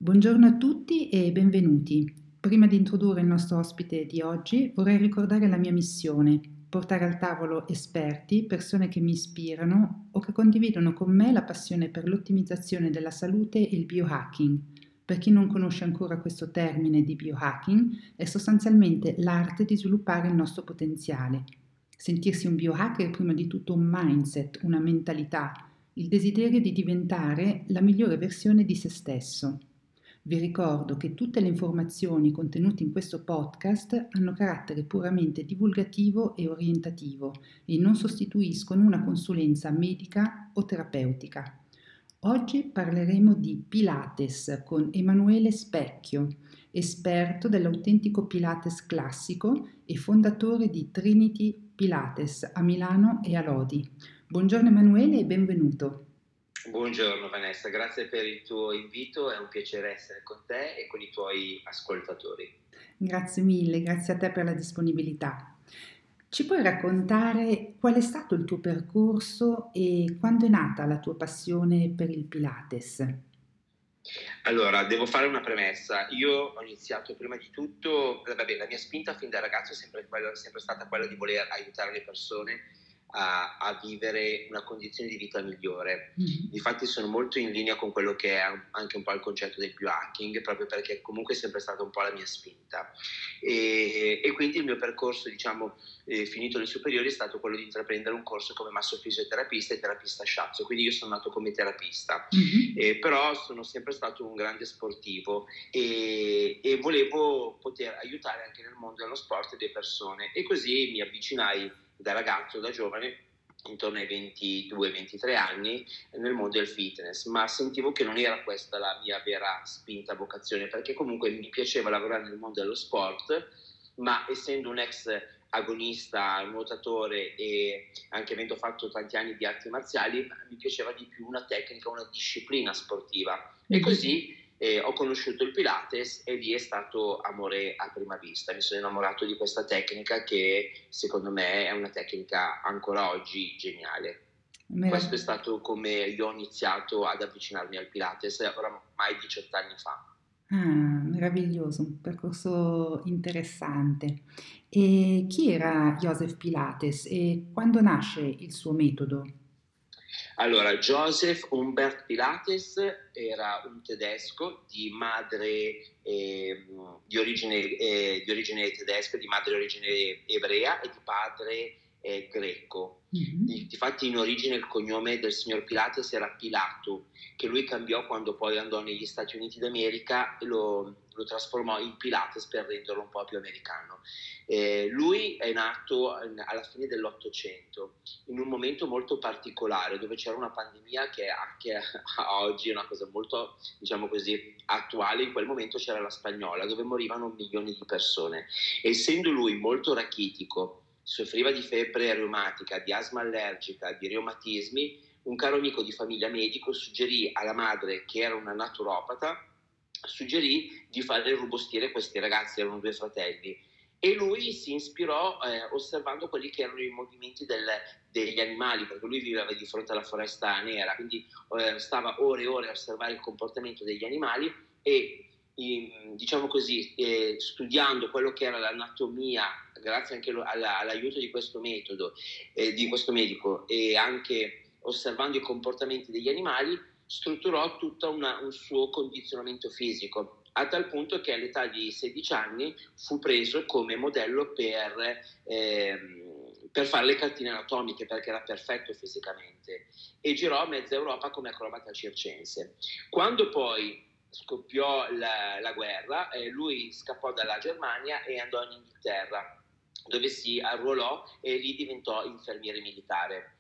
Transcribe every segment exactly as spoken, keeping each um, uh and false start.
Buongiorno a tutti e benvenuti. Prima di introdurre il nostro ospite di oggi, vorrei ricordare la mia missione: portare al tavolo esperti, persone che mi ispirano o che condividono con me la passione per l'ottimizzazione della salute e il biohacking. Per chi non conosce ancora questo termine di biohacking, è sostanzialmente l'arte di sviluppare il nostro potenziale. Sentirsi un biohacker è prima di tutto un mindset, una mentalità, il desiderio di diventare la migliore versione di se stesso. Vi ricordo che tutte le informazioni contenute in questo podcast hanno carattere puramente divulgativo e orientativo e non sostituiscono una consulenza medica o terapeutica. Oggi parleremo di Pilates con Emanuele Specchio, esperto dell'autentico Pilates classico e fondatore di Trinity Pilates a Milano e a Lodi. Buongiorno Emanuele e benvenuto. Buongiorno Vanessa, grazie per il tuo invito, è un piacere essere con te e con i tuoi ascoltatori. Grazie mille, grazie a te per la disponibilità. Ci puoi raccontare qual è stato il tuo percorso e quando è nata la tua passione per il Pilates? Allora, devo fare una premessa. Io ho iniziato prima di tutto, vabbè, la mia spinta fin da ragazzo è sempre, quella, è sempre stata quella di voler aiutare le persone a, a vivere una condizione di vita migliore. Mm. Difatti sono molto in linea con quello che è anche un po' il concetto del biohacking, proprio perché comunque è sempre stata un po' la mia spinta. E, e quindi il mio percorso, diciamo, eh, finito le superiori, è stato quello di intraprendere un corso come massofisioterapista e terapista shiatsu. Quindi io sono nato come terapista, Mm-hmm. eh, però sono sempre stato un grande sportivo e, e volevo poter aiutare anche nel mondo dello sport le persone, e così mi avvicinai da ragazzo, da giovane, intorno ai ventidue ventitré anni, nel mondo del fitness, ma sentivo che non era questa la mia vera spinta vocazione, perché comunque mi piaceva lavorare nel mondo dello sport, ma essendo un ex agonista, nuotatore e anche avendo fatto tanti anni di arti marziali, mi piaceva di più una tecnica, una disciplina sportiva. Mm-hmm. E così eh, ho conosciuto il Pilates e lì è stato amore a prima vista. Mi sono innamorato di questa tecnica che secondo me è una tecnica ancora oggi geniale. Merav- Questo è stato come io ho iniziato ad avvicinarmi al Pilates oramai diciotto anni fa. Ah, meraviglioso, un percorso interessante. E chi era Joseph Pilates e quando nasce il suo metodo? Allora, Joseph Humbert Pilates era un tedesco di madre eh, di, origine, eh, di origine tedesca, di madre di origine ebrea e di padre eh, greco. Mm-hmm. Difatti in origine il cognome del signor Pilates era Pilato, che lui cambiò quando poi andò negli Stati Uniti d'America e lo, lo trasformò in Pilates per renderlo un po' più americano. Eh, lui è nato alla fine dell'Ottocento, in un momento molto particolare, dove c'era una pandemia che anche a oggi è una cosa molto, diciamo così, attuale. In quel momento c'era la spagnola, dove morivano milioni di persone. E essendo lui molto rachitico, soffriva di febbre reumatica, di asma allergica, di reumatismi, un caro amico di famiglia medico suggerì alla madre, che era una naturopata, suggerì di fare robustire questi ragazzi, erano due fratelli, e lui si ispirò eh, osservando quelli che erano i movimenti del, degli animali, perché lui viveva di fronte alla foresta nera, quindi eh, stava ore e ore a osservare il comportamento degli animali e in, diciamo così, eh, studiando quello che era l'anatomia, grazie anche lo, alla, all'aiuto di questo metodo, eh, di questo medico, e anche osservando i comportamenti degli animali, strutturò tutto un suo condizionamento fisico, a tal punto che all'età di sedici anni fu preso come modello per, ehm, per fare le cartine anatomiche, perché era perfetto fisicamente, e girò mezza Europa come acrobata circense. Quando poi scoppiò la, la guerra, eh, lui scappò dalla Germania e andò in Inghilterra, dove si arruolò e lì diventò infermiere militare.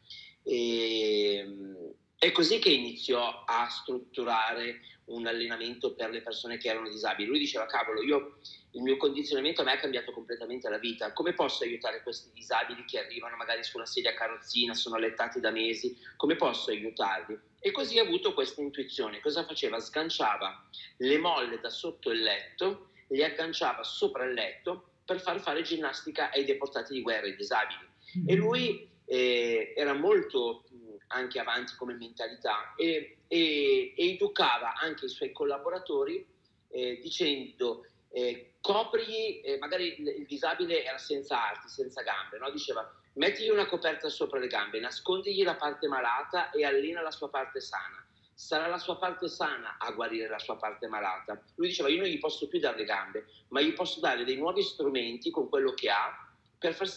E, è così che iniziò a strutturare un allenamento per le persone che erano disabili. Lui diceva: cavolo, io, il mio condizionamento a me ha cambiato completamente la vita, come posso aiutare questi disabili che arrivano magari su una sedia a carrozzina, sono allettati da mesi, come posso aiutarli? E così ha avuto questa intuizione. Cosa faceva? Sganciava le molle da sotto il letto, le agganciava sopra il letto per far fare ginnastica ai deportati di guerra, ai disabili. Mm-hmm. E lui eh, era molto anche avanti come mentalità, e, e, e educava anche i suoi collaboratori eh, dicendo eh, coprigli, eh, magari il, il disabile era senza arti, senza gambe, no? Diceva mettigli una coperta sopra le gambe, nascondigli la parte malata e allena la sua parte sana. Sarà la sua parte sana a guarire la sua parte malata. Lui diceva io non gli posso più dare le gambe, ma gli posso dare dei nuovi strumenti con quello che ha per far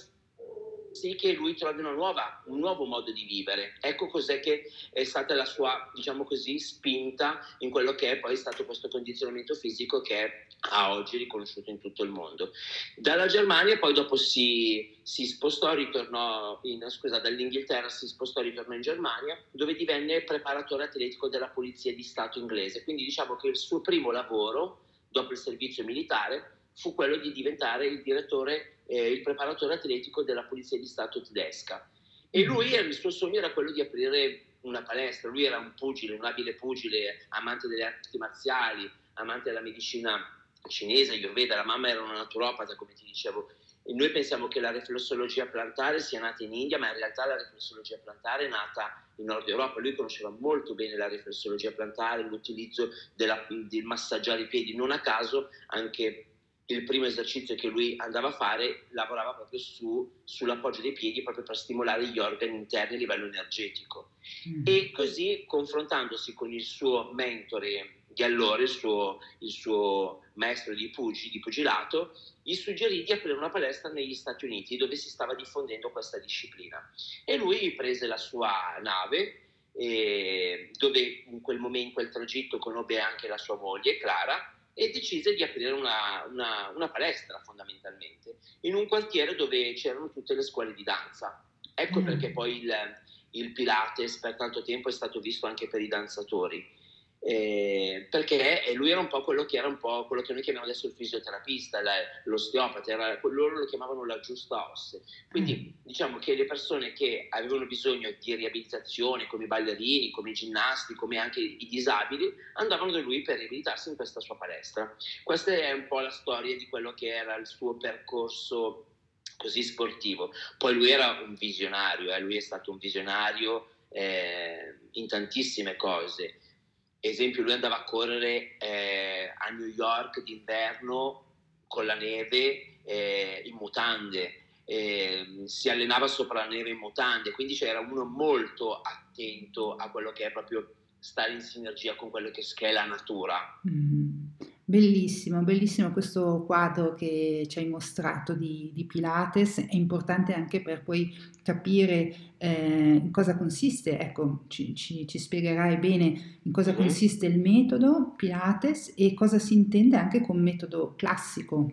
sì che lui trovi una nuova, un nuovo modo di vivere. Ecco cos'è che è stata la sua, diciamo così, spinta in quello che è poi stato questo condizionamento fisico che è a oggi riconosciuto in tutto il mondo. Dalla Germania poi dopo si, si spostò, ritornò in, scusa, dall'Inghilterra si spostò, ritornò in Germania, dove divenne preparatore atletico della Polizia di Stato inglese. Quindi diciamo che il suo primo lavoro dopo il servizio militare fu quello di diventare il direttore, eh, il preparatore atletico della Polizia di Stato tedesca. E lui, il suo sogno era quello di aprire una palestra. Lui era un pugile, un abile pugile, amante delle arti marziali, amante della medicina cinese, Ayurveda. La mamma era una naturopata, come ti dicevo. E noi pensiamo che la riflessologia plantare sia nata in India, ma in realtà la riflessologia plantare è nata in Nord Europa. Lui conosceva molto bene la riflessologia plantare, l'utilizzo della, del massaggiare i piedi. Non a caso anche il primo esercizio che lui andava a fare lavorava proprio su, sull'appoggio dei piedi, proprio per stimolare gli organi interni a livello energetico. Mm. E così, confrontandosi con il suo mentore di allora, il suo, il suo maestro di, pugi, di pugilato, gli suggerì di aprire una palestra negli Stati Uniti dove si stava diffondendo questa disciplina. E lui prese la sua nave, eh, dove in quel momento, in quel tragitto, conobbe anche la sua moglie, Clara, e decise di aprire una, una, una palestra fondamentalmente in un quartiere dove c'erano tutte le scuole di danza. Ecco mm. perché poi il, il Pilates per tanto tempo è stato visto anche per i danzatori, eh, perché lui era un po' quello che era un po' quello che noi chiamiamo adesso il fisioterapista, la, l'osteopata, era, loro lo chiamavano la giusta osse. Quindi mm. diciamo che le persone che avevano bisogno di riabilitazione, come i ballerini, come i ginnasti, come anche i disabili, andavano da lui per riabilitarsi in questa sua palestra. Questa è un po' la storia di quello che era il suo percorso così sportivo. Poi lui era un visionario, eh? Lui è stato un visionario eh, in tantissime cose. Esempio, lui andava a correre eh, a New York d'inverno con la neve eh, in mutande, eh, si allenava sopra la neve in mutande, quindi c'era uno molto attento a quello che è proprio stare in sinergia con quello che è la natura. Mm. Bellissimo, bellissimo questo quadro che ci hai mostrato di, di Pilates, è importante anche per poi capire eh, in cosa consiste, ecco, ci, ci, ci spiegherai bene in cosa mm-hmm. consiste il metodo Pilates e cosa si intende anche con metodo classico.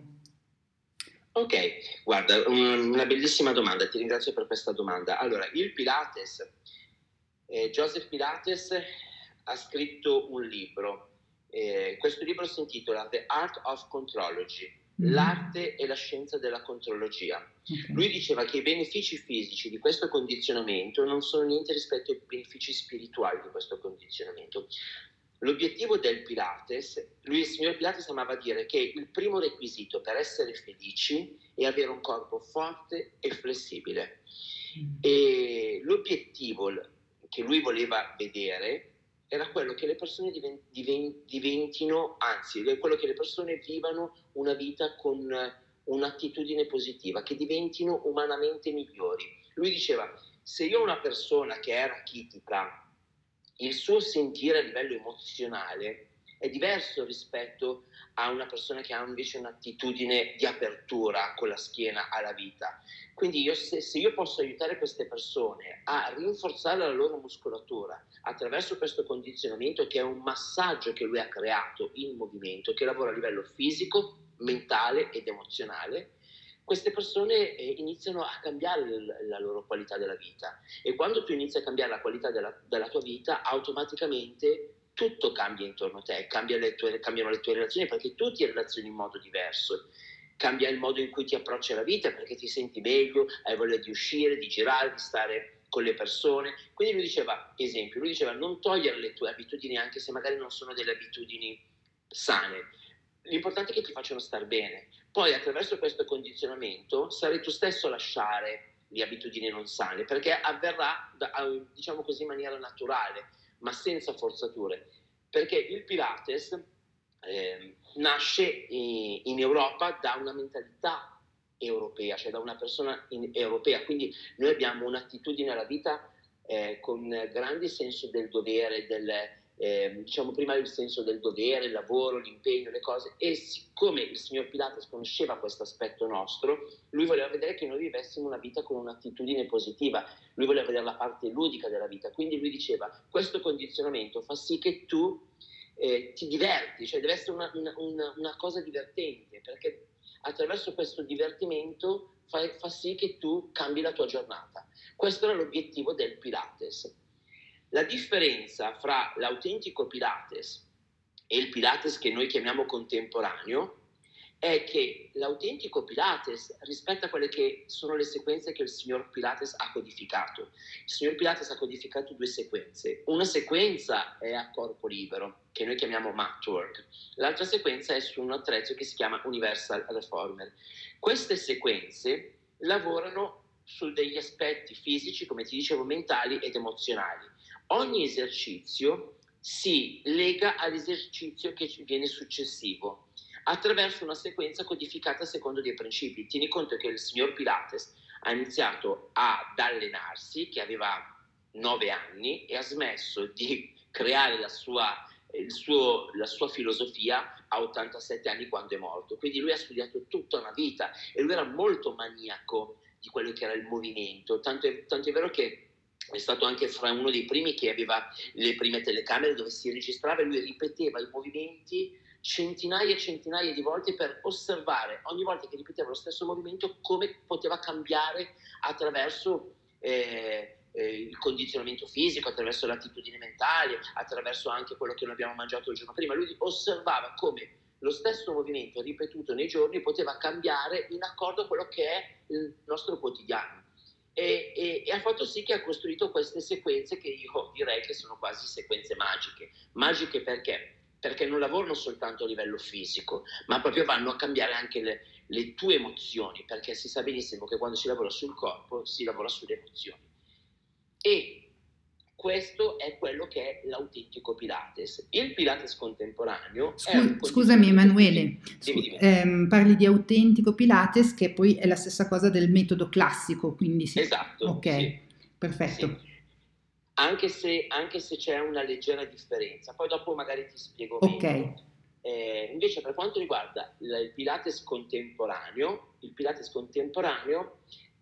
Ok, guarda, una bellissima domanda, ti ringrazio per questa domanda. Allora, il Pilates, eh, Joseph Pilates ha scritto un libro. Eh, questo libro si intitola The Art of Contrology, mm-hmm. l'arte e la scienza della contrologia. Okay. Lui diceva che i benefici fisici di questo condizionamento non sono niente rispetto ai benefici spirituali di questo condizionamento. L'obiettivo del Pilates, lui, il signor Pilates amava dire che il primo requisito per essere felici è avere un corpo forte e flessibile. Mm. E l'obiettivo che lui voleva vedere era quello che le persone diven- diven- diventino, anzi, quello che le persone vivano una vita con un'attitudine positiva, che diventino umanamente migliori. Lui diceva, se io ho una persona che è rachitica, il suo sentire a livello emozionale è diverso rispetto a una persona che ha invece un'attitudine di apertura con la schiena alla vita. Quindi io, se, se io posso aiutare queste persone a rinforzare la loro muscolatura attraverso questo condizionamento, che è un massaggio che lui ha creato in movimento, che lavora a livello fisico, mentale ed emozionale, queste persone eh, iniziano a cambiare l- la loro qualità della vita. E quando tu inizi a cambiare la qualità della, della tua vita, automaticamente tutto cambia intorno a te, cambia le tue, cambiano le tue relazioni, perché tu ti relazioni in modo diverso, cambia il modo in cui ti approcci alla vita, perché ti senti meglio, hai voglia di uscire, di girare, di stare con le persone. Quindi lui diceva, esempio, lui diceva non togliere le tue abitudini anche se magari non sono delle abitudini sane, l'importante è che ti facciano star bene. Poi attraverso questo condizionamento sarai tu stesso a lasciare di abitudini non sane, perché avverrà, diciamo così, in maniera naturale, ma senza forzature, perché il Pilates eh, nasce in, in Europa da una mentalità europea, cioè da una persona in, europea, quindi noi abbiamo un'attitudine alla vita eh, con grande senso del dovere, del, eh, diciamo prima il senso del dovere, il lavoro, l'impegno, le cose, e siccome il signor Pilates conosceva questo aspetto nostro, lui voleva vedere che noi vivessimo una vita con un'attitudine positiva, lui voleva vedere la parte ludica della vita, quindi lui diceva questo condizionamento fa sì che tu eh, ti diverti, cioè deve essere una, una, una, una cosa divertente, perché attraverso questo divertimento fa, fa sì che tu cambi la tua giornata. Questo era l'obiettivo del Pilates. La differenza fra l'autentico Pilates e il Pilates che noi chiamiamo contemporaneo è che l'autentico Pilates rispetta quelle che sono le sequenze che il signor Pilates ha codificato. Il signor Pilates ha codificato due sequenze. Una sequenza è a corpo libero, che noi chiamiamo mat work. L'altra sequenza è su un attrezzo che si chiama Universal Reformer. Queste sequenze lavorano su degli aspetti fisici, come ti dicevo, mentali ed emozionali. Ogni esercizio si lega all'esercizio che viene successivo attraverso una sequenza codificata secondo dei principi. Tieni conto che il signor Pilates ha iniziato ad allenarsi, che aveva nove anni, e ha smesso di creare la sua, il suo, la sua filosofia a ottantasette anni, quando è morto. Quindi lui ha studiato tutta una vita e lui era molto maniaco di quello che era il movimento, tanto è, tanto è vero che è stato anche fra uno dei primi che aveva le prime telecamere dove si registrava e lui ripeteva i movimenti centinaia e centinaia di volte per osservare ogni volta che ripeteva lo stesso movimento come poteva cambiare attraverso eh, eh, il condizionamento fisico, attraverso l'attitudine mentale, attraverso anche quello che noi abbiamo mangiato il giorno prima. Lui osservava come lo stesso movimento ripetuto nei giorni poteva cambiare in accordo a quello che è il nostro quotidiano. E, e, e ha fatto sì che ha costruito queste sequenze che io direi che sono quasi sequenze magiche. Magiche perché? Perché non lavorano soltanto a livello fisico, ma proprio vanno a cambiare anche le, le tue emozioni, perché si sa benissimo che quando si lavora sul corpo si lavora sulle emozioni. E questo è quello che è l'autentico Pilates. Il Pilates contemporaneo Scu- è un Scusami Emanuele, dimmi, scu- dimmi. ehm, parli di autentico Pilates che poi è la stessa cosa del metodo classico, quindi sì. Esatto, Ok, sì. perfetto. Sì. Anche se, anche se c'è una leggera differenza, poi dopo magari ti spiego Ok. meglio. Eh, invece per quanto riguarda il, il Pilates contemporaneo, il Pilates contemporaneo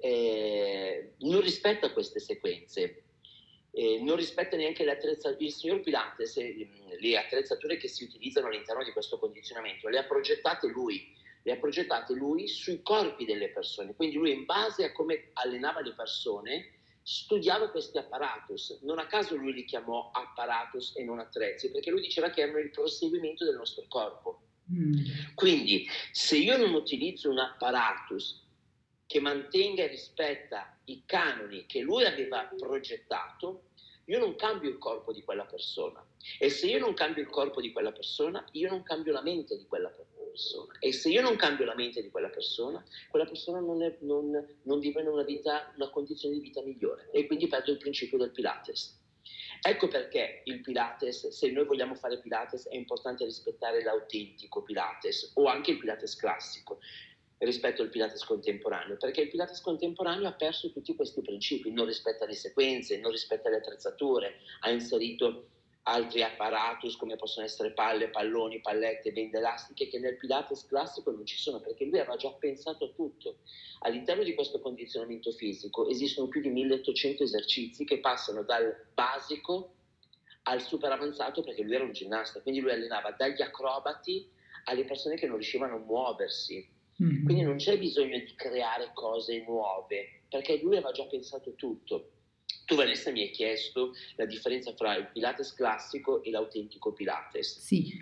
eh, non rispetta queste sequenze, eh, non rispetta neanche le attrezzature. Il signor Pilates, eh, le attrezzature che si utilizzano all'interno di questo condizionamento, le ha progettate lui, le ha progettate lui sui corpi delle persone, quindi lui in base a come allenava le persone studiava questi apparatus. Non a caso lui li chiamò apparatus e non attrezzi, perché lui diceva che erano il proseguimento del nostro corpo. Mm. Quindi se io non utilizzo un apparatus che mantenga e rispetta i canoni che lui aveva progettato, io non cambio il corpo di quella persona, e se io non cambio il corpo di quella persona, io non cambio la mente di quella persona. Persona. E se io non cambio la mente di quella persona, quella persona non, è, non, non vive in una vita, una condizione di vita migliore, e quindi perdo il principio del Pilates. Ecco perché il Pilates, se noi vogliamo fare Pilates, è importante rispettare l'autentico Pilates o anche il Pilates classico rispetto al Pilates contemporaneo, perché il Pilates contemporaneo ha perso tutti questi principi, non rispetta le sequenze, non rispetta le attrezzature, ha inserito altri apparatus come possono essere palle, palloni, pallette, bende elastiche, che nel Pilates classico non ci sono, perché lui aveva già pensato a tutto. All'interno di questo condizionamento fisico esistono più di milleottocento esercizi che passano dal basico al super avanzato, perché lui era un ginnasta, quindi lui allenava dagli acrobati alle persone che non riuscivano a muoversi. Mm-hmm. Quindi non c'è bisogno di creare cose nuove, perché lui aveva già pensato tutto. Tu, Vanessa, mi hai chiesto la differenza tra il Pilates classico e l'autentico Pilates. Sì.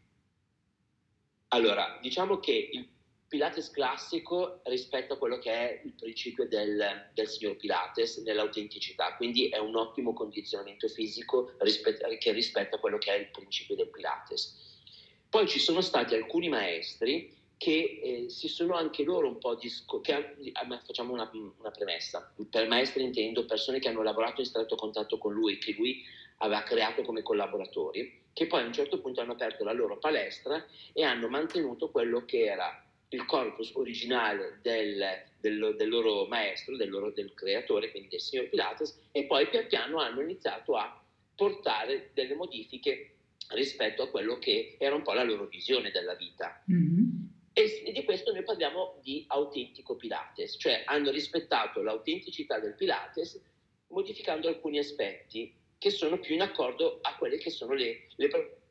Allora, diciamo che il Pilates classico rispetta quello che è il principio del, del signor Pilates nell'autenticità, quindi è un ottimo condizionamento fisico rispetto, che rispetta quello che è il principio del Pilates. Poi ci sono stati alcuni maestri che eh, si sono anche loro un po' disco- che ha- facciamo una, una premessa, per maestri intendo persone che hanno lavorato in stretto contatto con lui, che lui aveva creato come collaboratori, che poi a un certo punto hanno aperto la loro palestra e hanno mantenuto quello che era il corpus originale del, del, del loro maestro, del, loro, del creatore, quindi del signor Pilates, e poi pian piano hanno iniziato a portare delle modifiche rispetto a quello che era un po' la loro visione della vita. Mm-hmm. E di questo noi parliamo di autentico Pilates, cioè hanno rispettato l'autenticità del Pilates modificando alcuni aspetti che sono più in accordo a quelle che sono le, le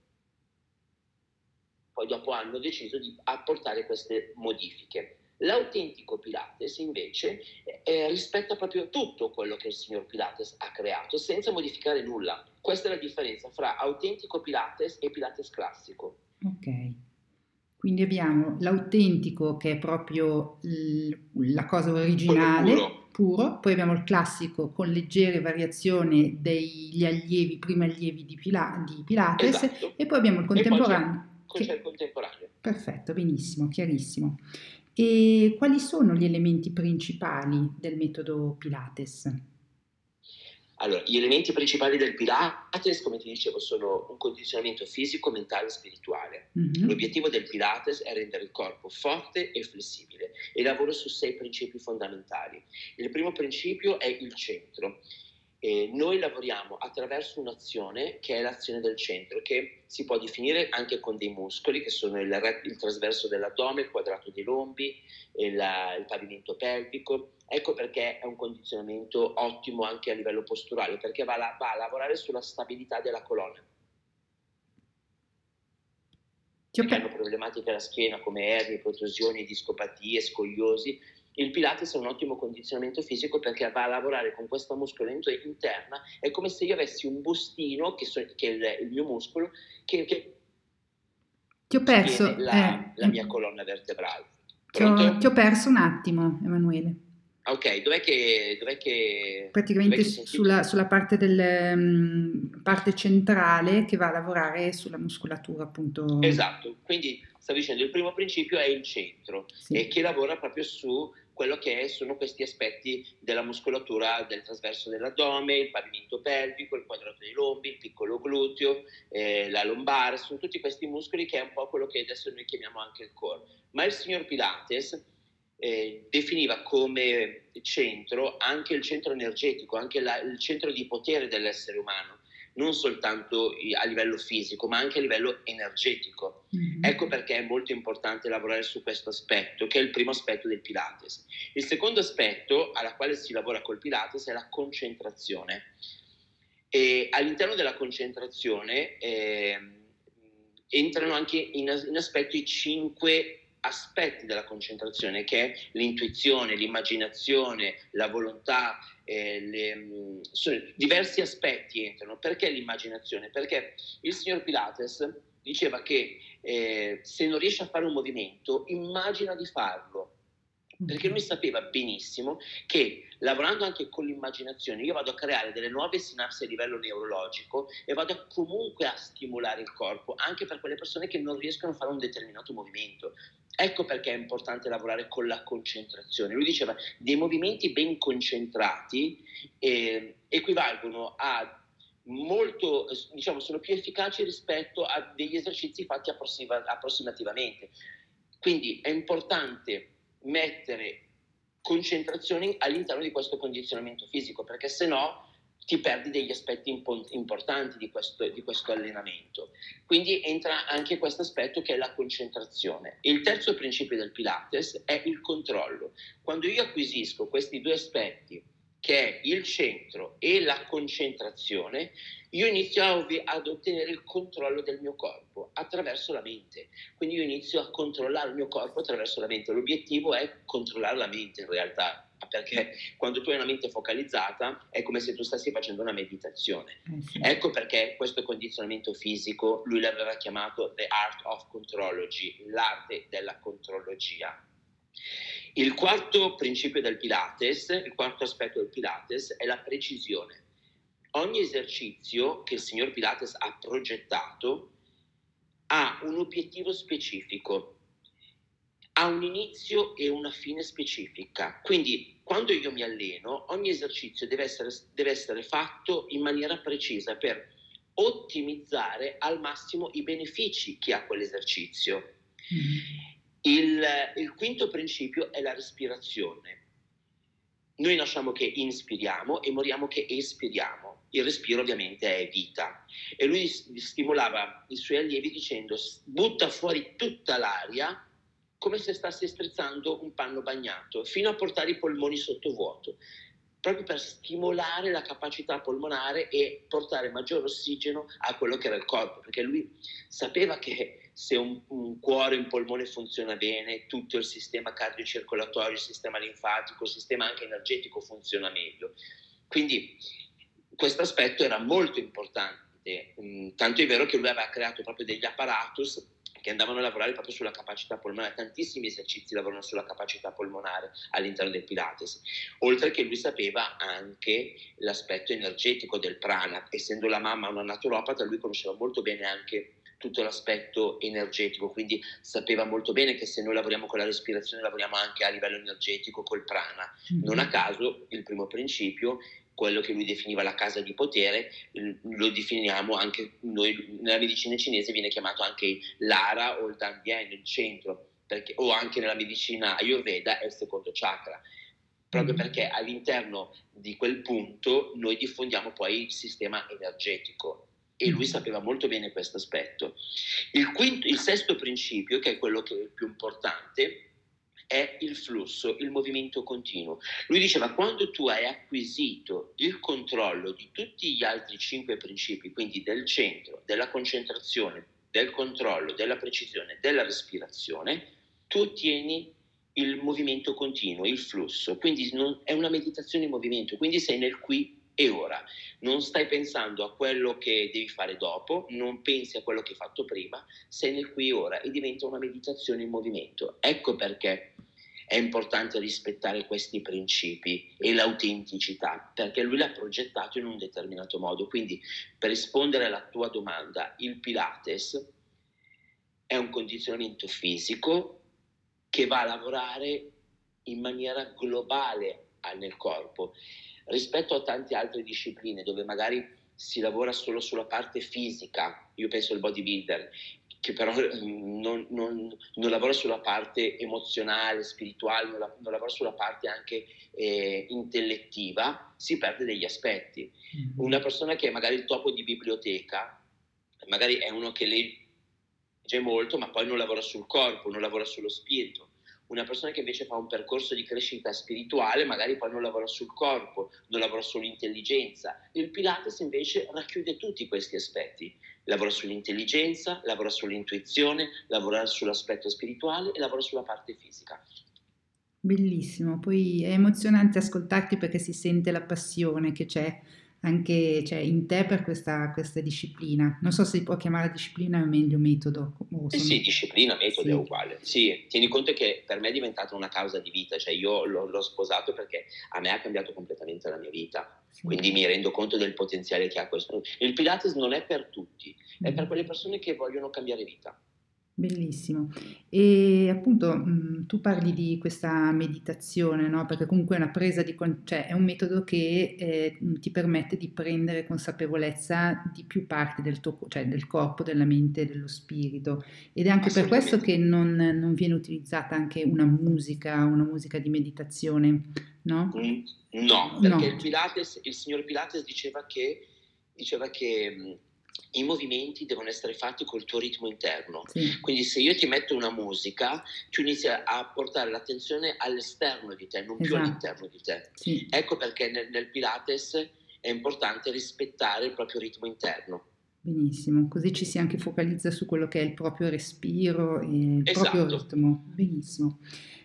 poi dopo hanno deciso di apportare queste modifiche. L'autentico Pilates invece eh, rispetta proprio tutto quello che il signor Pilates ha creato senza modificare nulla. Questa è la differenza fra autentico Pilates e Pilates classico. Ok, quindi abbiamo l'autentico che è proprio l- la cosa originale, puro. puro, poi abbiamo il classico con leggere variazioni degli allievi, primi allievi di, Pila- di Pilates, esatto. E poi abbiamo il contemporaneo. C'è, che... c'è il contemporaneo. Perfetto, benissimo, chiarissimo. E quali sono gli elementi principali del metodo Pilates? Allora, gli elementi principali del Pilates, come ti dicevo, sono un condizionamento fisico, mentale e spirituale. Mm-hmm. L'obiettivo del Pilates è rendere il corpo forte e flessibile e lavoro su sei principi fondamentali. Il primo principio è il centro. Eh, noi lavoriamo attraverso un'azione che è l'azione del centro, che si può definire anche con dei muscoli, che sono il, il trasverso dell'addome, il quadrato dei lombi, il, il pavimento pelvico. Ecco perché è un condizionamento ottimo anche a livello posturale, perché va, la, va a lavorare sulla stabilità della colonna. Che hanno problematiche alla schiena come ernie, protrusioni, discopatie, scoliosi. Il Pilates è un ottimo condizionamento fisico perché va a lavorare con questa muscolatura interna. È come se io avessi un bustino, che, so, che è il, il mio muscolo, che, che ti ho perso la, eh, la mia colonna vertebrale. Ti ho, ti ho perso un attimo, Emanuele. Ok, dov'è che... Dov'è che Praticamente dov'è che sulla, sulla parte, del, um, parte centrale che va a lavorare sulla muscolatura, appunto. Esatto, quindi stavo dicendo, il primo principio è il centro, sì. E che lavora proprio su quello che sono questi aspetti della muscolatura del trasverso dell'addome, il pavimento pelvico, il quadrato dei lombi, il piccolo gluteo, eh, la lombare, sono tutti questi muscoli che è un po' quello che adesso noi chiamiamo anche il core. Ma il signor Pilates eh, definiva come centro anche il centro energetico, anche la, il centro di potere dell'essere umano, non soltanto a livello fisico, ma anche a livello energetico. Mm-hmm. Ecco perché è molto importante lavorare su questo aspetto, che è il primo aspetto del Pilates. Il secondo aspetto alla quale si lavora col Pilates è la concentrazione. E all'interno della concentrazione eh, entrano anche in, in aspetto i cinque aspetti della concentrazione, che è l'intuizione, l'immaginazione, la volontà, eh, le, sono, diversi aspetti entrano. Perché l'immaginazione? Perché il signor Pilates diceva che eh, se non riesce a fare un movimento, immagina di farlo. Perché lui sapeva benissimo che lavorando anche con l'immaginazione io vado a creare delle nuove sinapsi a livello neurologico e vado comunque a stimolare il corpo anche per quelle persone che non riescono a fare un determinato movimento. Ecco perché è importante lavorare con la concentrazione. Lui diceva dei movimenti ben concentrati eh, equivalgono a molto, diciamo, sono più efficaci rispetto a degli esercizi fatti approssima, approssimativamente. Quindi è importante mettere concentrazioni all'interno di questo condizionamento fisico, perché se no ti perdi degli aspetti impo- importanti di questo, di questo allenamento. Quindi entra anche questo aspetto che è la concentrazione. Il terzo principio del Pilates è il controllo. Quando io acquisisco questi due aspetti, che è il centro e la concentrazione, io inizio a, ad ottenere il controllo del mio corpo attraverso la mente. Quindi io inizio a controllare il mio corpo attraverso la mente. L'obiettivo è controllare la mente in realtà, perché quando tu hai una mente focalizzata è come se tu stessi facendo una meditazione. Eh sì. Ecco perché questo condizionamento fisico lui l'aveva chiamato The Art of Contrology, l'arte della controllogia. Il quarto principio del Pilates, il quarto aspetto del Pilates è la precisione. Ogni esercizio che il signor Pilates ha progettato ha un obiettivo specifico ha un inizio e una fine specifica. Quindi quando io mi alleno, ogni esercizio deve essere, deve essere fatto in maniera precisa per ottimizzare al massimo i benefici che ha quell'esercizio. Mm. Il, il quinto principio è la respirazione. Noi nasciamo che inspiriamo e moriamo che espiriamo. Il respiro ovviamente è vita. E lui stimolava i suoi allievi dicendo: butta fuori tutta l'aria come se stessi strizzando un panno bagnato, fino a portare i polmoni sottovuoto, proprio per stimolare la capacità polmonare e portare maggiore ossigeno a quello che era il corpo, perché lui sapeva che se un, un cuore, un polmone funziona bene, tutto il sistema cardiocircolatorio, il sistema linfatico, il sistema anche energetico funziona meglio. Quindi questo aspetto era molto importante, tanto è vero che lui aveva creato proprio degli apparatus che andavano a lavorare proprio sulla capacità polmonare. Tantissimi esercizi lavorano sulla capacità polmonare all'interno del Pilates, oltre che lui sapeva anche l'aspetto energetico del prana. Essendo la mamma una naturopata, lui conosceva molto bene anche tutto l'aspetto energetico, quindi sapeva molto bene che se noi lavoriamo con la respirazione lavoriamo anche a livello energetico col prana. Mm-hmm. Non a caso il primo principio, quello che lui definiva la casa di potere, lo definiamo anche noi nella medicina cinese, viene chiamato anche l'ara o il dandian, il centro, perché, o anche nella medicina ayurveda è il secondo chakra, proprio perché all'interno di quel punto noi diffondiamo poi il sistema energetico, e lui sapeva molto bene questo aspetto. Il, quinto, il sesto principio, che è quello che è il più importante, è il flusso, il movimento continuo. Lui diceva: quando tu hai acquisito il controllo di tutti gli altri cinque principi, quindi del centro, della concentrazione, del controllo, della precisione, della respirazione, tu ottieni il movimento continuo, il flusso. Quindi non, è una meditazione in movimento, quindi sei nel qui e ora. Non stai pensando a quello che devi fare dopo, non pensi a quello che hai fatto prima, sei nel qui e ora e diventa una meditazione in movimento. Ecco perché è importante rispettare questi principi e l'autenticità, perché lui l'ha progettato in un determinato modo. Quindi, per rispondere alla tua domanda, il Pilates è un condizionamento fisico che va a lavorare in maniera globale nel corpo, rispetto a tante altre discipline dove magari si lavora solo sulla parte fisica. Io penso al bodybuilder, che però non, non, non lavora sulla parte emozionale, spirituale, non, la, non lavora sulla parte anche eh, intellettiva, si perde degli aspetti. Mm-hmm. Una persona che è magari il topo di biblioteca, magari è uno che legge molto, ma poi non lavora sul corpo, non lavora sullo spirito. Una persona che invece fa un percorso di crescita spirituale, magari poi non lavora sul corpo, non lavora sull'intelligenza. Il Pilates invece racchiude tutti questi aspetti. Lavora sull'intelligenza, lavora sull'intuizione, lavora sull'aspetto spirituale e lavora sulla parte fisica. Bellissimo, poi è emozionante ascoltarti perché si sente la passione che c'è anche, cioè, in te per questa, questa disciplina. Non so se si può chiamare disciplina o meglio metodo. O eh sì, disciplina, metodo sì. È uguale. Sì, tieni conto che per me è diventata una causa di vita, cioè io l'ho, l'ho sposato perché a me ha cambiato completamente la mia vita. Sì. Quindi mi rendo conto del potenziale che ha questo. Il Pilates non è per tutti, è per quelle persone che vogliono cambiare vita. Bellissimo. E appunto mh, tu parli di questa meditazione, no? Perché comunque è una presa di con- cioè è un metodo che eh, ti permette di prendere consapevolezza di più parti del tuo, cioè del corpo, della mente, dello spirito. Ed è anche per questo che non, non viene utilizzata anche una musica, una musica di meditazione, no? Mm, no, perché no. Il Pilates, il signor Pilates diceva che, diceva che mh, i movimenti devono essere fatti col tuo ritmo interno. Sì. Quindi se io ti metto una musica, tu inizi a portare l'attenzione all'esterno di te, non esatto. più all'interno di te. Sì. Ecco perché nel, nel Pilates è importante rispettare il proprio ritmo interno. Benissimo, così ci si anche focalizza su quello che è il proprio respiro e il esatto. proprio ritmo. Benissimo.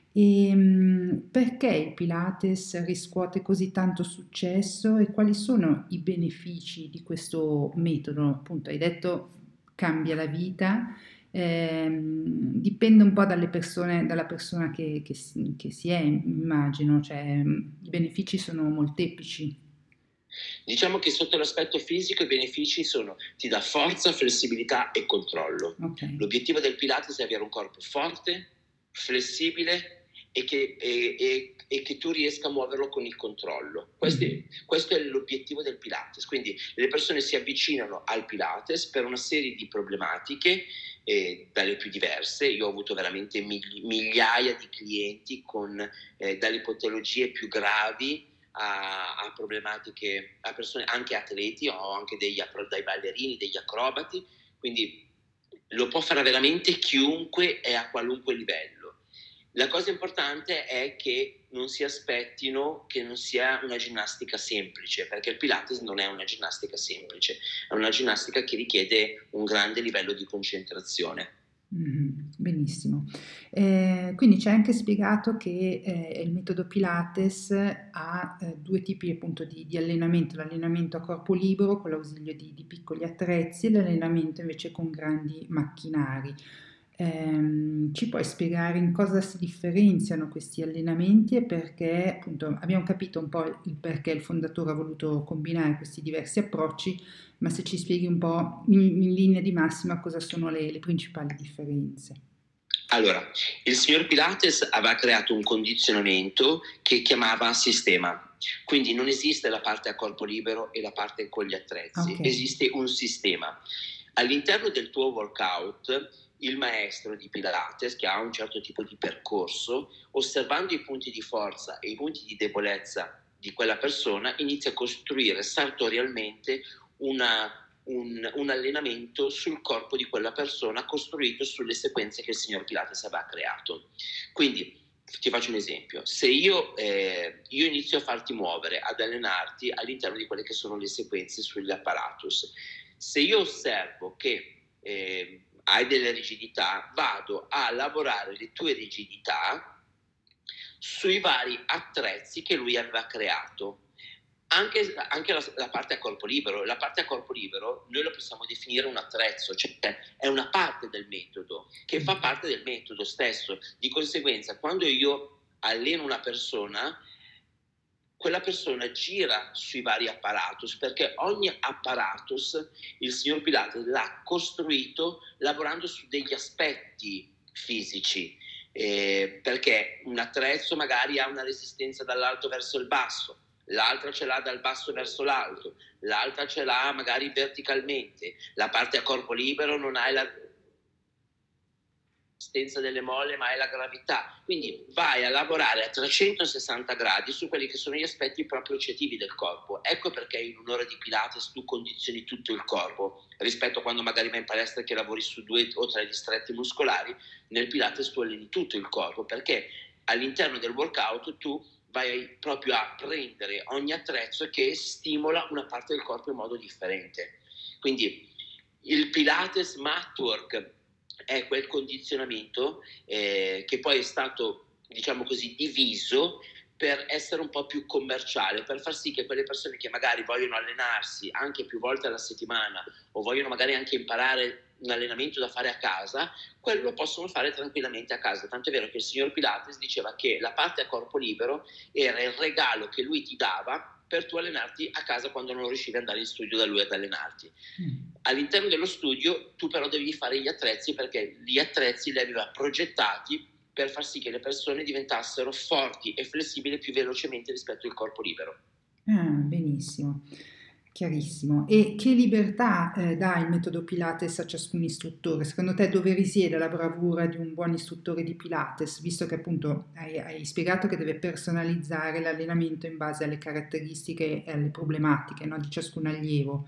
E perché il Pilates riscuote così tanto successo e quali sono i benefici di questo metodo? Appunto, hai detto cambia la vita, ehm, dipende un po' dalle persone, dalla persona che, che, si, che si è, immagino, cioè i benefici sono molteplici. Diciamo che sotto l'aspetto fisico i benefici sono: ti dà forza, flessibilità e controllo. Okay. L'obiettivo del Pilates è avere un corpo forte, flessibile e che, e, e, e che tu riesca a muoverlo con il controllo. Questo è, questo è l'obiettivo del Pilates. Quindi le persone si avvicinano al Pilates per una serie di problematiche, eh, dalle più diverse. Io ho avuto veramente migli- migliaia di clienti con eh, dalle patologie più gravi a, a problematiche, a persone, anche atleti, ho anche degli, dai ballerini, degli acrobati, quindi lo può fare veramente chiunque e a qualunque livello. La cosa importante è che non si aspettino che non sia una ginnastica semplice, perché il Pilates non è una ginnastica semplice, è una ginnastica che richiede un grande livello di concentrazione. Mm, benissimo. Eh, quindi ci hai anche spiegato che eh, il metodo Pilates ha eh, due tipi appunto di, di allenamento, l'allenamento a corpo libero con l'ausilio di, di piccoli attrezzi e l'allenamento invece con grandi macchinari. Ehm, ci puoi spiegare in cosa si differenziano questi allenamenti e perché, appunto, abbiamo capito un po' il perché il fondatore ha voluto combinare questi diversi approcci, ma se ci spieghi un po' in, in linea di massima cosa sono le, le principali differenze. Allora, il signor Pilates aveva creato un condizionamento che chiamava sistema, quindi non esiste la parte a corpo libero e la parte con gli attrezzi, Ok. esiste un sistema. All'interno del tuo workout, il maestro di Pilates, che ha un certo tipo di percorso, osservando i punti di forza e i punti di debolezza di quella persona, inizia a costruire sartorialmente una Un, un allenamento sul corpo di quella persona costruito sulle sequenze che il signor Pilates aveva creato. Quindi ti faccio un esempio: se io, eh, io inizio a farti muovere, ad allenarti all'interno di quelle che sono le sequenze sugli apparatus, se io osservo che eh, hai delle rigidità, vado a lavorare le tue rigidità sui vari attrezzi che lui aveva creato. Anche, anche la, la parte a corpo libero, la parte a corpo libero noi lo possiamo definire un attrezzo, cioè è una parte del metodo che fa parte del metodo stesso. Di conseguenza, quando io alleno una persona, quella persona gira sui vari apparatus, perché ogni apparatus il signor Pilates l'ha costruito lavorando su degli aspetti fisici, eh, perché un attrezzo magari ha una resistenza dall'alto verso il basso, l'altra ce l'ha dal basso verso l'alto, l'altra ce l'ha magari verticalmente, la parte a corpo libero non ha la resistenza delle molle ma è la gravità, quindi vai a lavorare a trecentosessanta gradi su quelli che sono gli aspetti propriocettivi del corpo. Ecco perché in un'ora di Pilates tu condizioni tutto il corpo rispetto a quando magari vai in palestra che lavori su due o tre distretti muscolari. Nel Pilates tu alleni tutto il corpo, perché all'interno del workout tu vai proprio a prendere ogni attrezzo che stimola una parte del corpo in modo differente. Quindi il Pilates Matwork è quel condizionamento eh, che poi è stato, diciamo così, diviso per essere un po' più commerciale, per far sì che quelle persone che magari vogliono allenarsi anche più volte alla settimana o vogliono magari anche imparare un allenamento da fare a casa, quello lo possono fare tranquillamente a casa. Tanto è vero che il signor Pilates diceva che la parte a corpo libero era il regalo che lui ti dava per tu allenarti a casa quando non riuscivi ad andare in studio da lui ad allenarti. Mm. All'interno dello studio tu però devi fare gli attrezzi, perché gli attrezzi li aveva progettati per far sì che le persone diventassero forti e flessibili più velocemente rispetto al corpo libero. Ah, benissimo. Chiarissimo. E che libertà eh, dà il metodo Pilates a ciascun istruttore? Secondo te dove risiede la bravura di un buon istruttore di Pilates, visto che appunto hai, hai spiegato che deve personalizzare l'allenamento in base alle caratteristiche e alle problematiche, no, di ciascun allievo?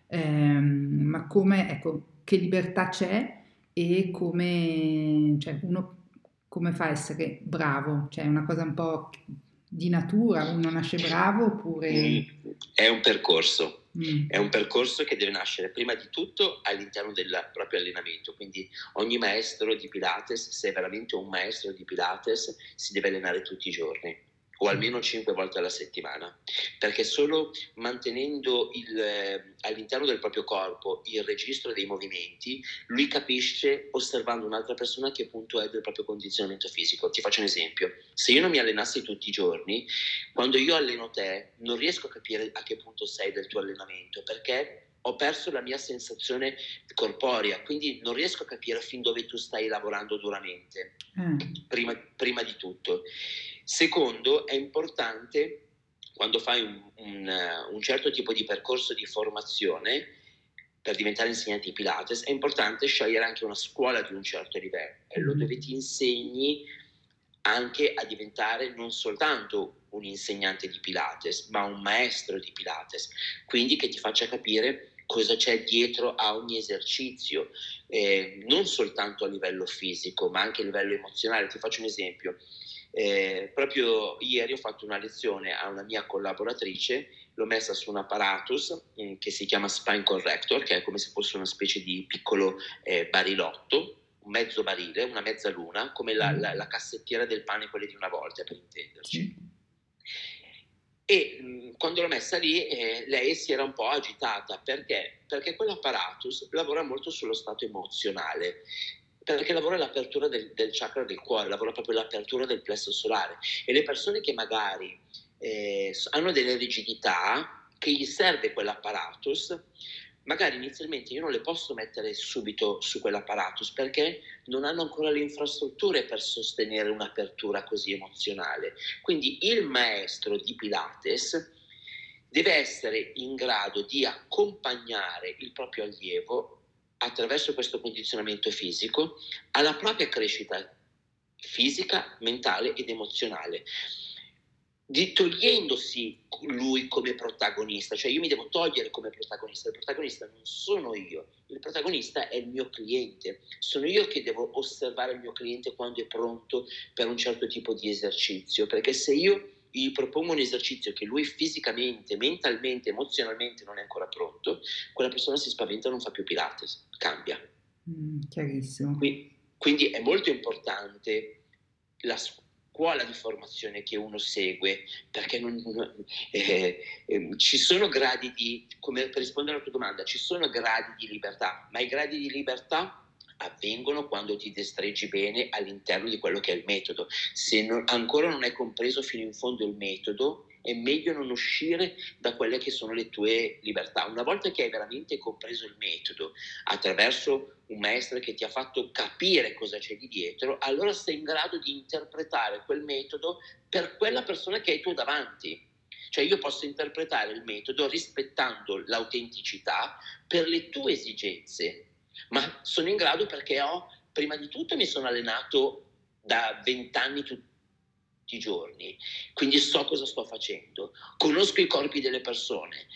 Ehm, ma come, ecco, che libertà c'è e come, cioè, uno come fa a essere bravo? Cioè, è una cosa un po' di natura, uno nasce bravo oppure... Mm, è un percorso, Mm. è un percorso che deve nascere prima di tutto all'interno del proprio allenamento, quindi ogni maestro di Pilates, se è veramente un maestro di Pilates, si deve allenare tutti i giorni o almeno cinque volte alla settimana, perché solo mantenendo il, eh, all'interno del proprio corpo il registro dei movimenti, lui capisce, osservando un'altra persona, che punto è del proprio condizionamento fisico. Ti faccio un esempio: se io non mi allenassi tutti i giorni, quando io alleno te non riesco a capire a che punto sei del tuo allenamento, perché ho perso la mia sensazione corporea, quindi non riesco a capire fin dove tu stai lavorando duramente, Eh. prima, prima di tutto. Secondo, è importante, quando fai un, un, un certo tipo di percorso di formazione, per diventare insegnante di Pilates, è importante scegliere anche una scuola di un certo livello, Mm. dove ti insegni anche a diventare non soltanto un insegnante di Pilates, ma un maestro di Pilates, quindi che ti faccia capire cosa c'è dietro a ogni esercizio, eh, non soltanto a livello fisico, ma anche a livello emozionale. Ti faccio un esempio. Eh, proprio ieri ho fatto una lezione a una mia collaboratrice, l'ho messa su un apparatus eh, che si chiama Spine Corrector, che è come se fosse una specie di piccolo eh, barilotto, un mezzo barile, una mezza luna, come la, la, la cassettiera del pane, quelle di una volta, per intenderci. Sì. E mh, quando l'ho messa lì, eh, lei si era un po' agitata. Perché? Perché quell'apparatus lavora molto sullo stato emozionale, perché lavora l'apertura del, del chakra del cuore, lavora proprio l'apertura del plesso solare. E le persone che magari eh, hanno delle rigidità, che gli serve quell'apparatus, magari inizialmente io non le posso mettere subito su quell'apparatus perché non hanno ancora le infrastrutture per sostenere un'apertura così emozionale. Quindi il maestro di Pilates deve essere in grado di accompagnare il proprio allievo attraverso questo condizionamento fisico alla propria crescita fisica, mentale ed emozionale, di togliendosi lui come protagonista. Cioè io mi devo togliere come protagonista. Il protagonista non sono io, il protagonista è il mio cliente. Sono io che devo osservare il mio cliente quando è pronto per un certo tipo di esercizio, perché se io gli propongo un esercizio che lui fisicamente, mentalmente, emozionalmente non è ancora pronto, quella persona si spaventa e non fa più Pilates, cambia. Mm, chiarissimo. Quindi, quindi è molto importante la scuola di formazione che uno segue, perché non, eh, eh, ci sono gradi di, come per rispondere alla tua domanda, ci sono gradi di libertà, ma i gradi di libertà avvengono quando ti destreggi bene all'interno di quello che è il metodo. Se non, ancora non hai compreso fino in fondo il metodo, è meglio non uscire da quelle che sono le tue libertà. Una volta che hai veramente compreso il metodo attraverso un maestro che ti ha fatto capire cosa c'è di dietro, allora sei in grado di interpretare quel metodo per quella persona che hai tu davanti. Cioè io posso interpretare il metodo rispettando l'autenticità per le tue esigenze, ma sono in grado perché ho, prima di tutto mi sono allenato da vent'anni tutti i giorni, quindi so cosa sto facendo, conosco i corpi delle persone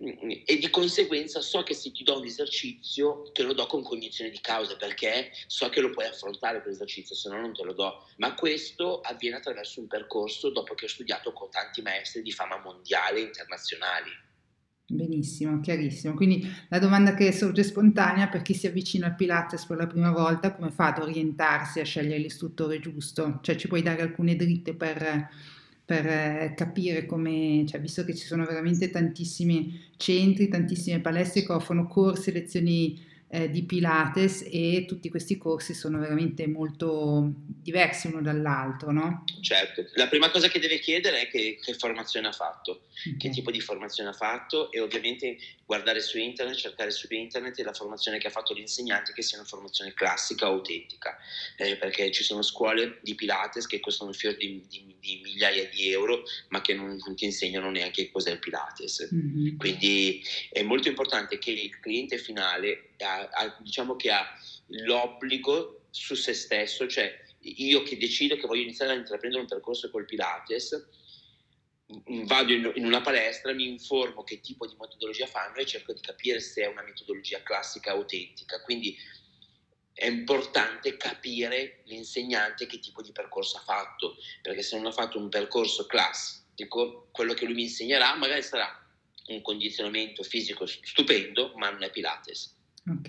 e di conseguenza so che se ti do un esercizio te lo do con cognizione di causa, perché so che lo puoi affrontare quell'esercizio, se no non te lo do. Ma questo avviene attraverso un percorso dopo che ho studiato con tanti maestri di fama mondiale e internazionali. Benissimo, chiarissimo. Quindi la domanda che sorge spontanea per chi si avvicina al Pilates per la prima volta, come fa ad orientarsi a scegliere l'istruttore giusto? Cioè ci puoi dare alcune dritte per, per eh, capire come, cioè visto che ci sono veramente tantissimi centri, tantissime palestre che offrono corsi, lezioni eh, di Pilates e tutti questi corsi sono veramente molto diversi uno dall'altro, no? Certo, la prima cosa che deve chiedere è che, che formazione ha fatto, Ok. che tipo di formazione ha fatto, e ovviamente guardare su internet, cercare su internet la formazione che ha fatto l'insegnante, che sia una formazione classica, autentica, eh, perché ci sono scuole di Pilates che costano un fior di, di, di migliaia di euro, ma che non, non ti insegnano neanche cos'è il Pilates. Mhm. Quindi è molto importante che il cliente finale ha, ha, diciamo che ha l'obbligo su se stesso, cioè io che decido che voglio iniziare a intraprendere un percorso col Pilates, vado in, in una palestra, mi informo che tipo di metodologia fanno e cerco di capire se è una metodologia classica autentica. Quindi è importante capire l'insegnante che tipo di percorso ha fatto, perché se non ha fatto un percorso classico, quello che lui mi insegnerà magari sarà un condizionamento fisico stupendo, ma non è Pilates. Ok,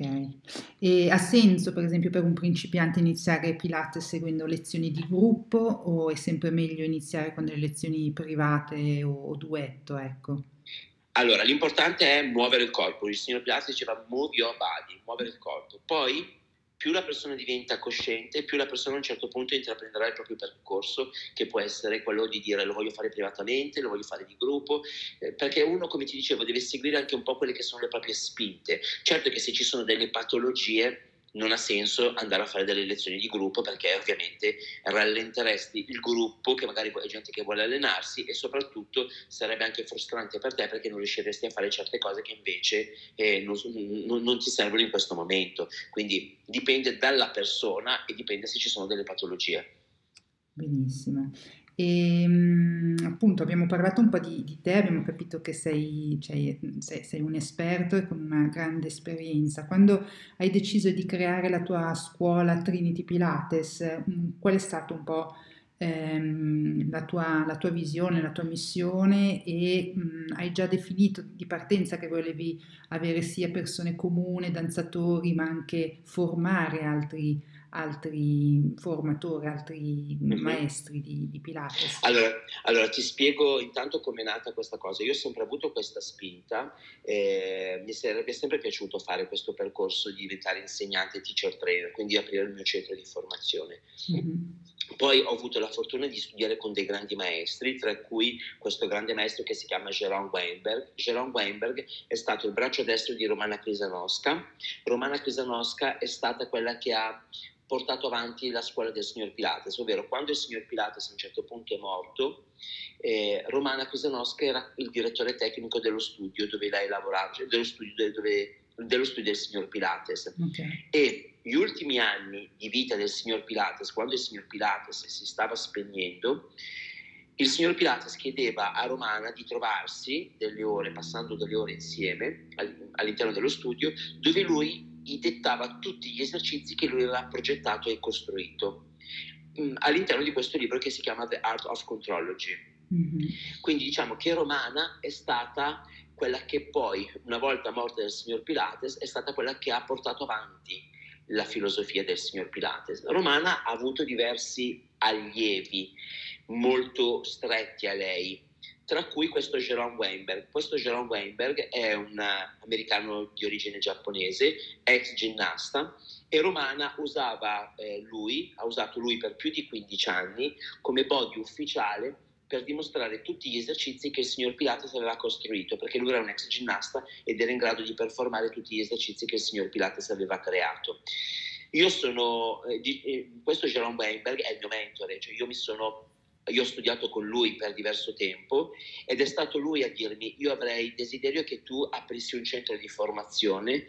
e ha senso per esempio per un principiante iniziare Pilates seguendo lezioni di gruppo o è sempre meglio iniziare con delle lezioni private o, o duetto, ecco? Allora, l'importante è muovere il corpo. Il signor Pilates diceva move your body, muovere il corpo. Poi più la persona diventa cosciente, più la persona a un certo punto intraprenderà il proprio percorso, che può essere quello di dire lo voglio fare privatamente, lo voglio fare di gruppo, eh, perché uno, come ti dicevo, deve seguire anche un po' quelle che sono le proprie spinte. Certo che se ci sono delle patologie non ha senso andare a fare delle lezioni di gruppo, perché ovviamente rallenteresti il gruppo, che magari è gente che vuole allenarsi, e soprattutto sarebbe anche frustrante per te perché non riusciresti a fare certe cose che invece eh, non, non, non ti servono in questo momento. Quindi dipende dalla persona e dipende se ci sono delle patologie. Benissimo. E mh, appunto abbiamo parlato un po' di, di te, abbiamo capito che sei, cioè, sei, sei un esperto e con una grande esperienza. Quando hai deciso di creare la tua scuola Trinity Pilates, mh, qual è stata un po' ehm, la tua, la tua visione, la tua missione e mh, hai già definito di partenza che volevi avere sia persone comuni, danzatori, ma anche formare altri altri formatori, altri Mhm. maestri di, di Pilates? Allora, allora, ti spiego intanto come è nata questa cosa. Io ho sempre avuto questa spinta, eh, mi sarebbe sempre piaciuto fare questo percorso di diventare insegnante teacher trainer, quindi aprire il mio centro di formazione. Mm-hmm. Poi ho avuto la fortuna di studiare con dei grandi maestri, tra cui questo grande maestro che si chiama Jérôme Weinberg. Jérôme Weinberg è stato il braccio destro di Romana Kryžanowska. Romana Kryžanowska è stata quella che ha portato avanti la scuola del signor Pilates, ovvero quando il signor Pilates a un certo punto è morto, eh, Romana Kryžanowska era il direttore tecnico dello studio dove lei lavorava, cioè dello studio, dove, dello studio del signor Pilates. Okay. E gli ultimi anni di vita del signor Pilates, quando il signor Pilates si stava spegnendo, il signor Pilates chiedeva a Romana di trovarsi delle ore, passando delle ore insieme all'interno dello studio, dove lui gli dettava tutti gli esercizi che lui aveva progettato e costruito mh, all'interno di questo libro che si chiama The Art of Contrology. Mm-hmm. Quindi diciamo che Romana è stata quella che poi, una volta morta del signor Pilates, è stata quella che ha portato avanti la filosofia del signor Pilates. Romana ha avuto diversi allievi molto stretti a lei, tra cui questo Jérôme Weinberg. Questo Jérôme Weinberg è un americano di origine giapponese, ex ginnasta, e Romana usava eh, lui, ha usato lui per più di quindici anni come body ufficiale per dimostrare tutti gli esercizi che il signor Pilates aveva costruito, perché lui era un ex ginnasta ed era in grado di performare tutti gli esercizi che il signor Pilates aveva creato. Io sono, eh, di, eh, questo Jérôme Weinberg è il mio mentore, cioè io mi sono Io ho studiato con lui per diverso tempo ed è stato lui a dirmi: io avrei desiderio che tu aprissi un centro di formazione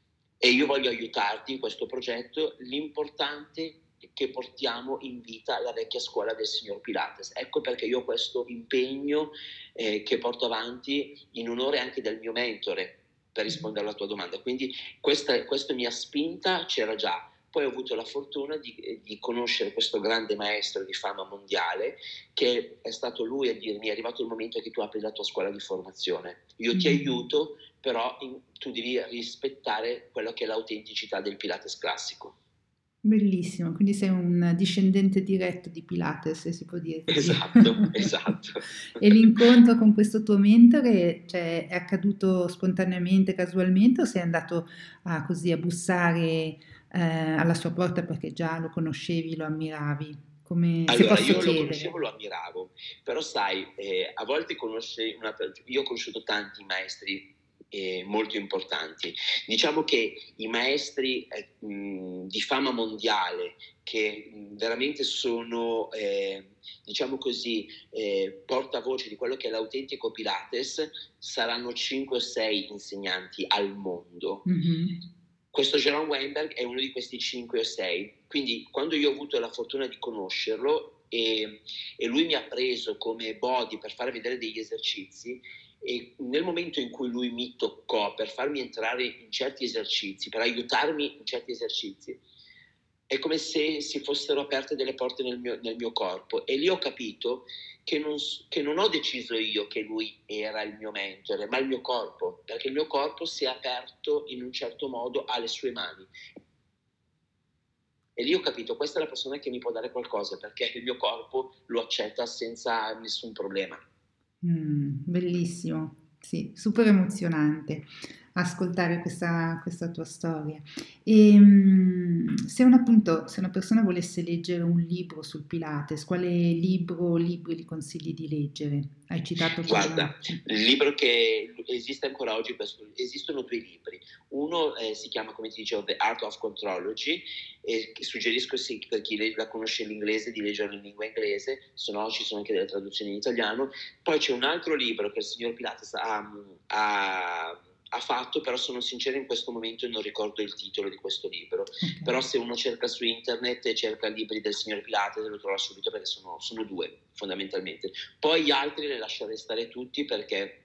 e io voglio aiutarti in questo progetto. L'importante è che portiamo in vita la vecchia scuola del signor Pilates. Ecco perché io ho questo impegno eh, che porto avanti in onore anche del mio mentore, per rispondere alla tua domanda. Quindi questa, questa mia spinta c'era già. Poi ho avuto la fortuna di, di conoscere questo grande maestro di fama mondiale, che è stato lui a dirmi: è arrivato il momento che tu apri la tua scuola di formazione. Io ti aiuto, però in, tu devi rispettare quello che è l'autenticità del Pilates classico. Bellissimo, quindi sei un discendente diretto di Pilates, se si può dire così. Esatto, esatto. E l'incontro con questo tuo mentore, cioè, è accaduto spontaneamente, casualmente, o sei andato a, così, a bussare eh, alla sua porta perché già lo conoscevi, lo ammiravi? Come, se Allora, posso io chiedere. lo conoscevo, lo ammiravo, però sai, eh, a volte conosci una persona. Io ho conosciuto tanti maestri eh, molto importanti. Diciamo che i maestri eh, mh, di fama mondiale, che mh, veramente sono, eh, diciamo così, eh, portavoce di quello che è l'autentico Pilates, saranno cinque o sei insegnanti al mondo. Mm-hmm. Questo Jérôme Weinberg è uno di questi cinque o sei, quindi quando io ho avuto la fortuna di conoscerlo e, e lui mi ha preso come body per far vedere degli esercizi, e nel momento in cui lui mi toccò per farmi entrare in certi esercizi, per aiutarmi in certi esercizi, è come se si fossero aperte delle porte nel mio, nel mio corpo, e lì ho capito che non, che non ho deciso io che lui era il mio mentore, ma il mio corpo, perché il mio corpo si è aperto in un certo modo alle sue mani. E lì ho capito: questa è la persona che mi può dare qualcosa, perché il mio corpo lo accetta senza nessun problema. Mm, bellissimo, sì, super emozionante. ascoltare questa, questa tua storia. E, mm, se una, appunto, se una persona volesse leggere un libro sul Pilates, quale libro o libri gli consigli di leggere? Hai citato prima. Guarda, il libro che esiste ancora oggi, questo- esistono due libri. Uno eh, si chiama, come ti dicevo, The Art of Contrology, e che suggerisco sì, per chi le- la conosce l'inglese di leggerlo in lingua inglese, se no ci sono anche delle traduzioni in italiano. Poi c'è un altro libro che il signor Pilates ha, ha- ha fatto, però sono sincero in questo momento non ricordo il titolo di questo libro. Ok. Però se uno cerca su internet e cerca libri del signor Pilates lo trova subito, perché sono, sono due fondamentalmente. Poi gli altri li lascerei stare tutti, perché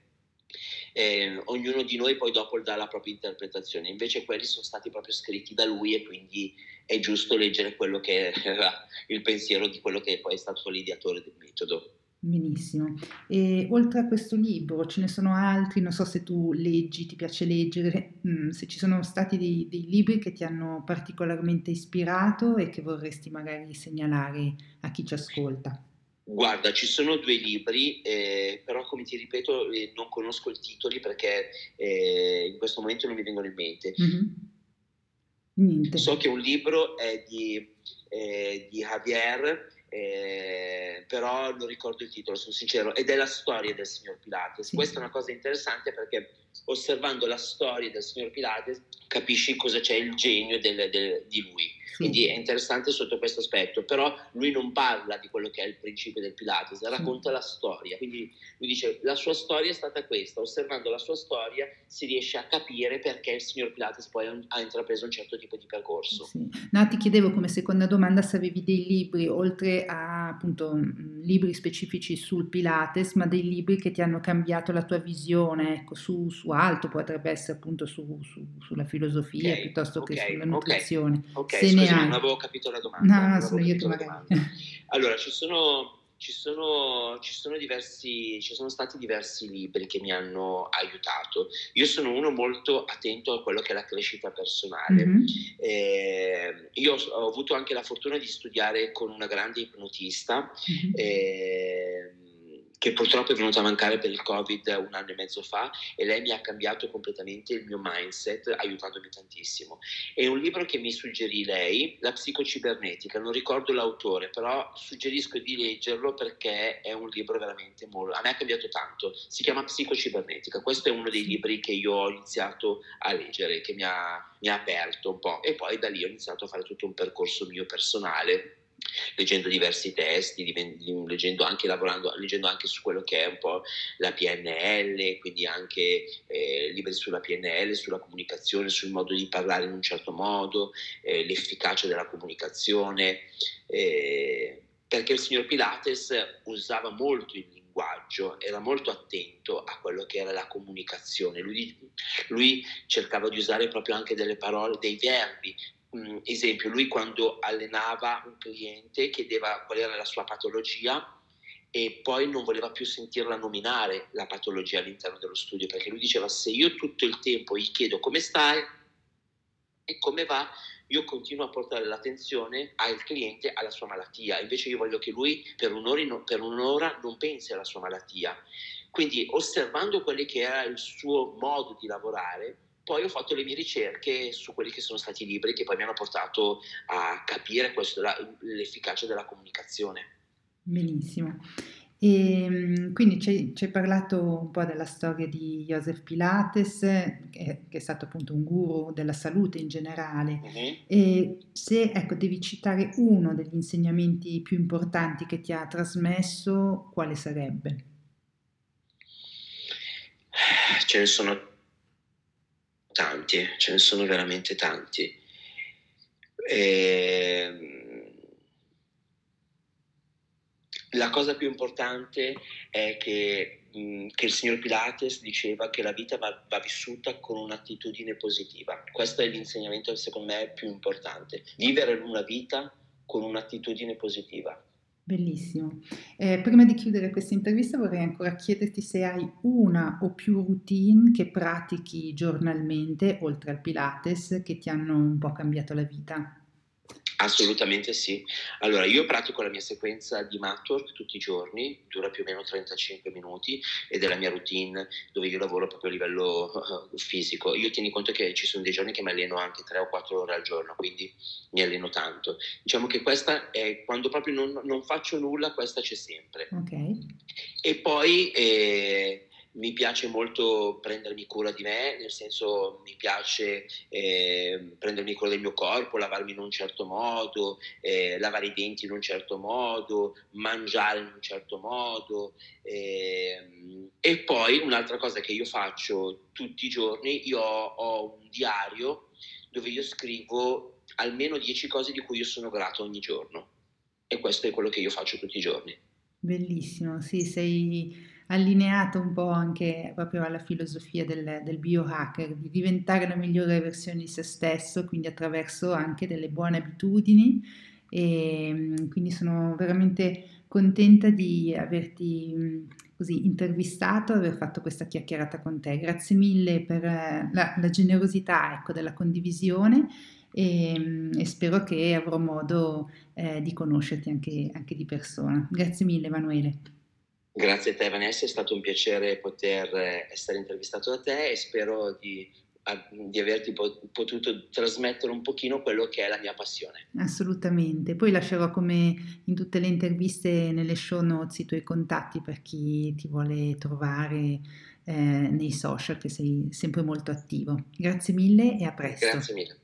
eh, ognuno di noi poi dopo dà la propria interpretazione, invece quelli sono stati proprio scritti da lui e quindi è giusto leggere quello che era il pensiero di quello che poi è stato l'ideatore del metodo. Benissimo. E oltre a questo libro ce ne sono altri, non so se tu leggi, ti piace leggere, mm, se ci sono stati dei, dei libri che ti hanno particolarmente ispirato e che vorresti magari segnalare a chi ci ascolta. Guarda, ci sono due libri, eh, però come ti ripeto eh, non conosco i titoli perché eh, in questo momento non mi vengono in mente. Mhm. Niente. So che un libro è di, eh, di Javier, eh, però non ricordo il titolo, sono sincero, ed è la storia del signor Pilates. Sì. Questa è una cosa interessante perché osservando la storia del signor Pilates capisci cosa c'è il genio del, del, di lui. Sì. Quindi è interessante sotto questo aspetto, però lui non parla di quello che è il principio del Pilates, racconta Sì. la storia. Quindi lui dice la sua storia è stata questa, osservando la sua storia si riesce a capire perché il signor Pilates poi ha intrapreso un certo tipo di percorso. Sì. No, ti chiedevo come seconda domanda se avevi dei libri, oltre a appunto mh, libri specifici sul Pilates, ma dei libri che ti hanno cambiato la tua visione, ecco, su, su altro, potrebbe essere appunto su, su- sulla filosofia Ok, piuttosto che ok, sulla ok, nutrizione. ok, Se ne scusami, hai. non avevo capito la domanda. No, no, non sono avevo io che capito la magari. domanda. Allora, ci sono, ci sono, ci sono diversi, ci sono stati diversi libri che mi hanno aiutato. Io sono uno molto attento a quello che è la crescita personale. Mhm. Eh, io ho, ho avuto anche la fortuna di studiare con una grande ipnotista, Mhm. eh, che purtroppo è venuta a mancare per il Covid un anno e mezzo fa, e lei mi ha cambiato completamente il mio mindset, aiutandomi tantissimo. È un libro che mi suggerì lei, La psicocibernetica, non ricordo l'autore, però suggerisco di leggerlo perché è un libro veramente molto... a me ha cambiato tanto, si chiama Psicocibernetica, questo è uno dei libri che io ho iniziato a leggere, che mi ha, mi ha aperto un po', e poi da lì ho iniziato a fare tutto un percorso mio personale, leggendo diversi testi, leggendo anche, lavorando, leggendo anche su quello che è un po' la P N L, quindi anche eh, libri sulla P N L, sulla comunicazione, sul modo di parlare in un certo modo, eh, l'efficacia della comunicazione, eh, perché il signor Pilates usava molto il linguaggio, era molto attento a quello che era la comunicazione, lui, lui cercava di usare proprio anche delle parole, dei verbi. Mm, esempio, lui quando allenava un cliente chiedeva qual era la sua patologia e poi non voleva più sentirla nominare la patologia all'interno dello studio, perché lui diceva: se io tutto il tempo gli chiedo come stai e come va, io continuo a portare l'attenzione al cliente alla sua malattia, invece io voglio che lui per un'ora, per un'ora non pensi alla sua malattia. Quindi osservando quelli che era il suo modo di lavorare, poi ho fatto le mie ricerche su quelli che sono stati i libri che poi mi hanno portato a capire questo, la, l'efficacia della comunicazione. Benissimo. E, mm, quindi ci hai, ci hai parlato un po' della storia di Joseph Pilates, che, che è stato appunto un guru della salute in generale. Mm-hmm. E se ecco, devi citare uno degli insegnamenti più importanti che ti ha trasmesso, quale sarebbe? Ce ne sono tanti, ce ne sono veramente tanti. E... La cosa più importante è che, mh, che il signor Pilates diceva che la vita va, va vissuta con un'attitudine positiva. Questo è l'insegnamento, secondo me, più importante. Vivere una vita con un'attitudine positiva. Bellissimo. Eh, prima di chiudere questa intervista vorrei ancora chiederti se hai una o più routine che pratichi giornalmente, oltre al Pilates, che ti hanno un po' cambiato la vita. Assolutamente sì. Allora, io pratico la mia sequenza di Matwork tutti i giorni, dura più o meno trentacinque minuti ed è la mia routine dove io lavoro proprio a livello uh, fisico. Io tieni conto che ci sono dei giorni che mi alleno anche tre o quattro ore al giorno, quindi mi alleno tanto. Diciamo che questa è quando proprio non, non faccio nulla, questa c'è sempre. Ok, E poi eh, mi piace molto prendermi cura di me, nel senso mi piace eh, prendermi cura del mio corpo, lavarmi in un certo modo, eh, lavare i denti in un certo modo, mangiare in un certo modo. Eh, e poi un'altra cosa che io faccio tutti i giorni, io ho, ho un diario dove io scrivo almeno dieci cose di cui io sono grato ogni giorno. E questo è quello che io faccio tutti i giorni. bellissimo, sì, sei allineato un po' anche proprio alla filosofia del, del biohacker, di diventare la migliore versione di se stesso, quindi attraverso anche delle buone abitudini e mm, quindi sono veramente contenta di averti mm, così intervistato, aver fatto questa chiacchierata con te. Grazie mille per eh, la, la generosità, ecco, della condivisione e, mm, e spero che avrò modo eh, di conoscerti anche, anche di persona. Grazie mille, Emanuele. Grazie a te Vanessa, è stato un piacere poter eh, essere intervistato da te e spero di, a- di averti po- potuto trasmettere un pochino quello che è la mia passione. Assolutamente. Poi lascerò come in tutte le interviste nelle show notes i tuoi contatti per chi ti vuole trovare eh, nei social, che sei sempre molto attivo. Grazie mille e a presto. Grazie mille.